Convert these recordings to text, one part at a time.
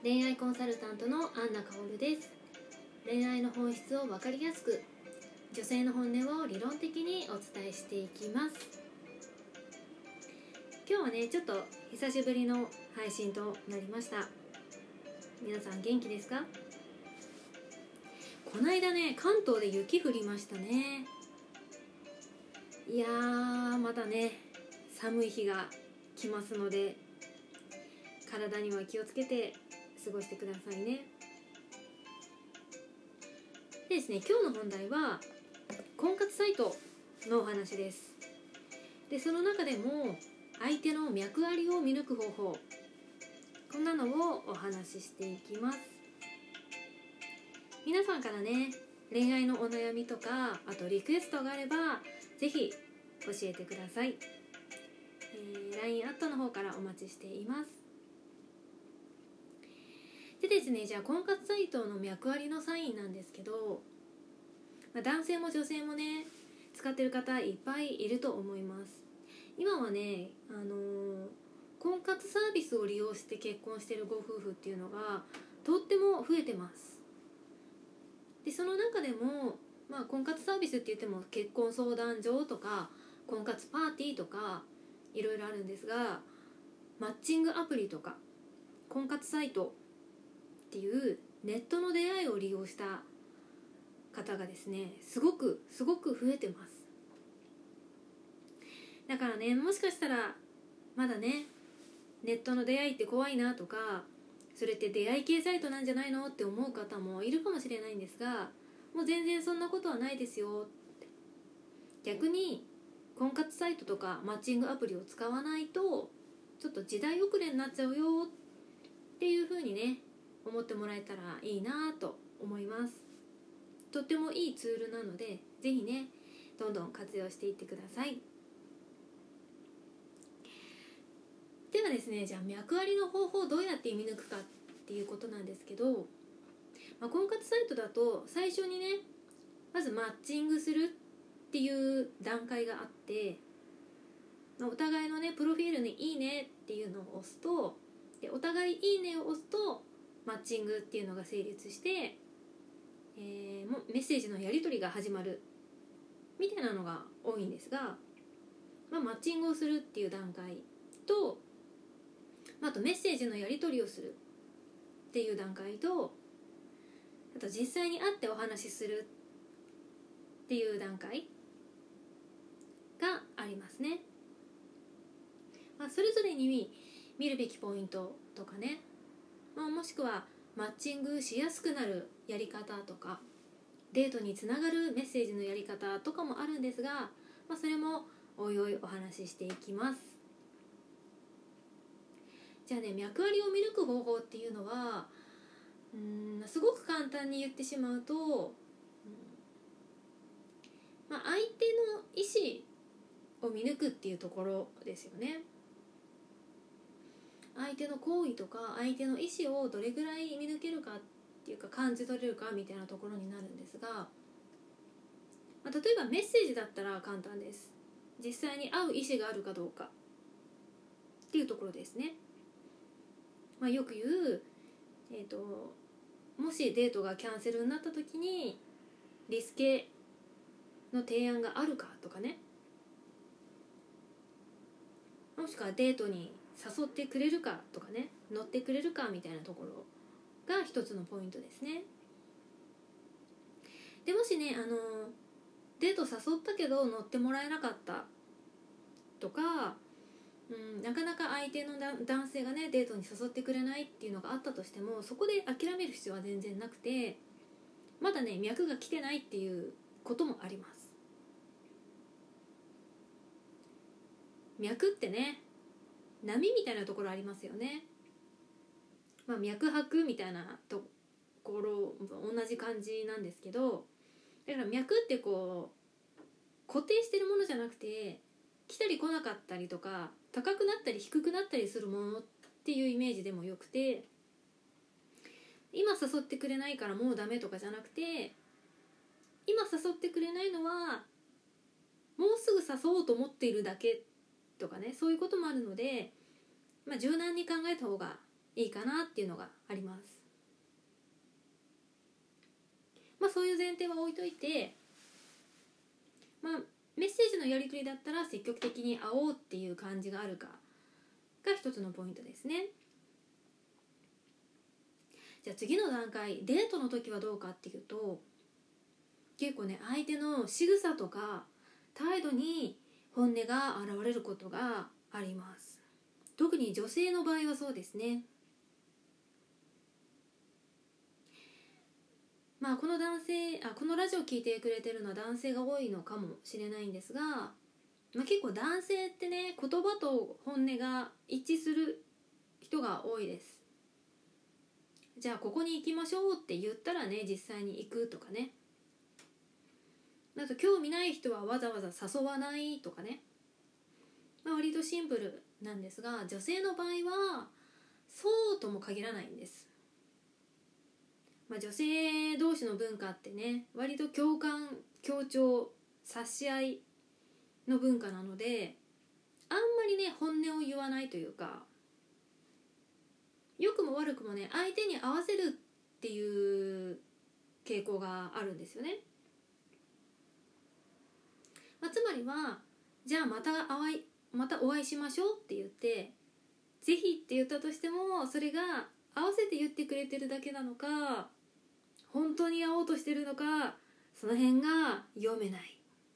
恋愛コンサルタントのアンナカオルです。恋愛の本質を分かりやすく、女性の本音を理論的にお伝えしていきます。今日はね、ちょっと久しぶりの配信となりました。皆さん元気ですか？この間ね、関東で雪降りましたね。いやー、まだね、寒い日が来ますので、体には気をつけて過ごしてくださいね。でですね、今日の本題は婚活サイトのお話です。で、その中でも相手の脈ありを見抜く方法、こんなのをお話ししていきます。皆さんからね、恋愛のお悩みとか、あとリクエストがあればぜひ教えてください。LINE アットの方からお待ちしています。でですね、じゃあ婚活サイトの脈ありのサインなんですけど、男性も女性もね、使ってる方いっぱいいると思います。今はね、婚活サービスを利用して結婚しているご夫婦っていうのがとっても増えてます。で、その中でも、婚活サービスって言っても結婚相談所とか婚活パーティーとかいろいろあるんですが、マッチングアプリとか婚活サイトっていうネットの出会いを利用した方がですね、すごく増えてます。だからね、もしかしたらまだね、ネットの出会いって怖いなとか、それって出会い系サイトなんじゃないのって思う方もいるかもしれないんですが、もう全然そんなことはないですよって。逆に婚活サイトとかマッチングアプリを使わないとちょっと時代遅れになっちゃうよっていう風にね、思ってもらえたらいいなと思います。とってもいいツールなので、ぜひね、どんどん活用していってください。ではですね、じゃあ脈ありの方法をどうやって見抜くかっていうことなんですけど、婚活サイトだと最初にね、まずマッチングするっていう段階があって、お互いのねプロフィールにいいねっていうのを押すと、でお互いいいねを押すとマッチングっていうのが成立して、もうメッセージのやり取りが始まるみたいなのが多いんですが、マッチングをするっていう段階と、あとメッセージのやり取りをするっていう段階と、あと実際に会ってお話しするっていう段階がありますね。それぞれに見るべきポイントとかね、もしくはマッチングしやすくなるやり方とか、デートにつながるメッセージのやり方とかもあるんですが、それもおいおいお話ししていきます。じゃあね、脈ありを見抜く方法っていうのは、すごく簡単に言ってしまうと、相手の意思を見抜くっていうところですよね。相手の行為とか相手の意思をどれぐらい見抜けるかっていうか、感じ取れるかみたいなところになるんですが、例えばメッセージだったら簡単です。実際に会う意思があるかどうかっていうところですね。よく言う、もしデートがキャンセルになった時にリスケの提案があるかとかね、もしくはデートに誘ってくれるかとかね、乗ってくれるかみたいなところが一つのポイントですね。でもしね、デート誘ったけど乗ってもらえなかったとか、なかなか相手の男性がねデートに誘ってくれないっていうのがあったとしても、そこで諦める必要は全然なくて、まだね脈が来てないっていうこともあります。脈ってね、波みたいなところありますよね。脈拍みたいなところ同じ感じなんですけど、だから脈ってこう固定してるものじゃなくて、来たり来なかったりとか、高くなったり低くなったりするものっていうイメージでもよくて、今誘ってくれないからもうダメとかじゃなくて、今誘ってくれないのはもうすぐ誘おうと思っているだけとかね、そういうこともあるので、柔軟に考えた方がいいかなっていうのがあります。そういう前提は置いといて、メッセージのやり取りだったら積極的に会おうっていう感じがあるかが一つのポイントですね。じゃあ次の段階、デートの時はどうかっていうと、結構ね、相手の仕草とか態度に本音が現れることがあります。特に女性の場合はそうですね。このラジオを聞いてくれてるのは男性が多いのかもしれないんですが、結構男性ってね、言葉と本音が一致する人が多いです。じゃあここに行きましょうって言ったらね、実際に行くとかね。あと興味ない人はわざわざ誘わないとかね。割とシンプルなんですが、女性の場合はそうとも限らないんです。女性同士の文化ってね、割と共感、協調、察し合いの文化なので、あんまりね、本音を言わないというか、良くも悪くもね、相手に合わせるっていう傾向があるんですよね。つまりは、じゃあまたお会いしましょうって言って、ぜひって言ったとしても、それが合わせて言ってくれてるだけなのか、本当に会おうとしてるのか、その辺が読めない。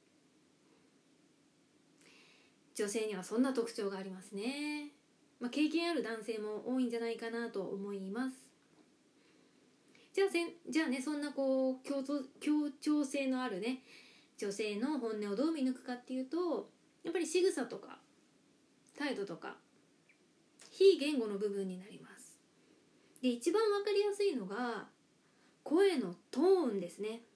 女性にはそんな特徴がありますね。経験ある男性も多いんじゃないかなと思います。じゃあね、そんな協調性のあるね、女性の本音をどう見抜くかっていうと、やっぱり仕草とか態度とか非言語の部分になります。で、一番わかりやすいのが声のトーンですね。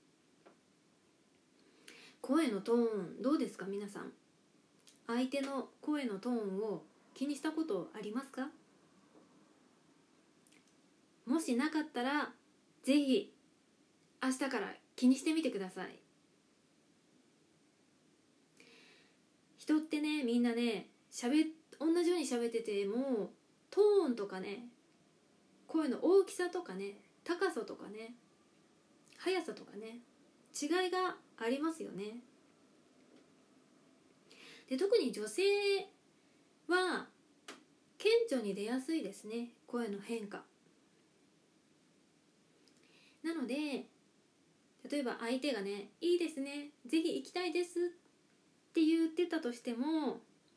声のトーンどうですか皆さん。相手の声のトーンを気にしたことありますか？もしなかったらぜひ明日から気にしてみてください。人ってね、みんなね、同じように喋っててもトーンとかね、声の大きさとかね、高さとかね、速さとかね、違いがありますよね。で、特に女性は顕著に出やすいですね、声の変化。なので、例えば相手がね、いいですね、ぜひ行きたいですって言ってたとしても、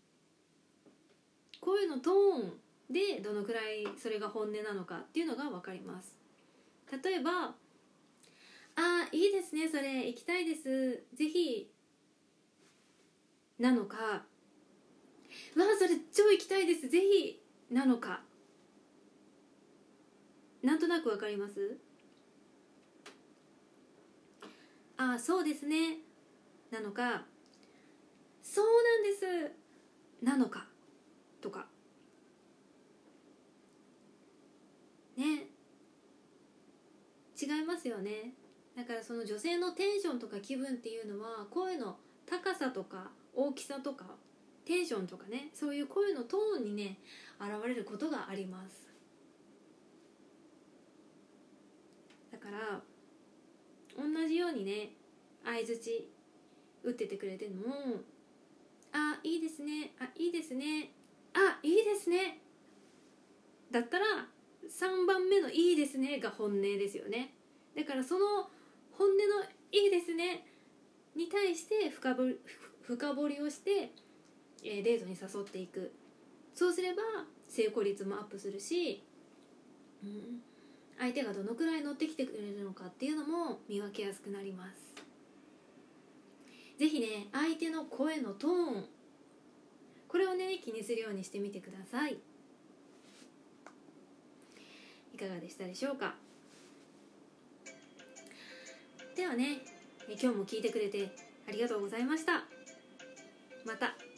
声のトーンでどのくらいそれが本音なのかっていうのが分かります。例えば、いいですね、それ行きたいです、ぜひなのか、それ超行きたいです、ぜひなのか、なんとなく分かります？そうですねなのか、そうなんですなのかとかね、違いますよね。だからその女性のテンションとか気分っていうのは、声の高さとか大きさとかテンションとかね、そういう声のトーンにね、現れることがあります。だから同じようにね、相づち打っててくれても、いいですね、いいですね、いいですねだったら3番目のいいですねが本音ですよね。だからその本音のいいですねに対して深掘りをして、デートに誘っていく。そうすれば成功率もアップするし、相手がどのくらい乗ってきてくれるのかっていうのも見分けやすくなります。ぜひね、相手の声のトーン、これをね、気にするようにしてみてください。いかがでしたでしょうか。ではね、今日も聞いてくれてありがとうございました。また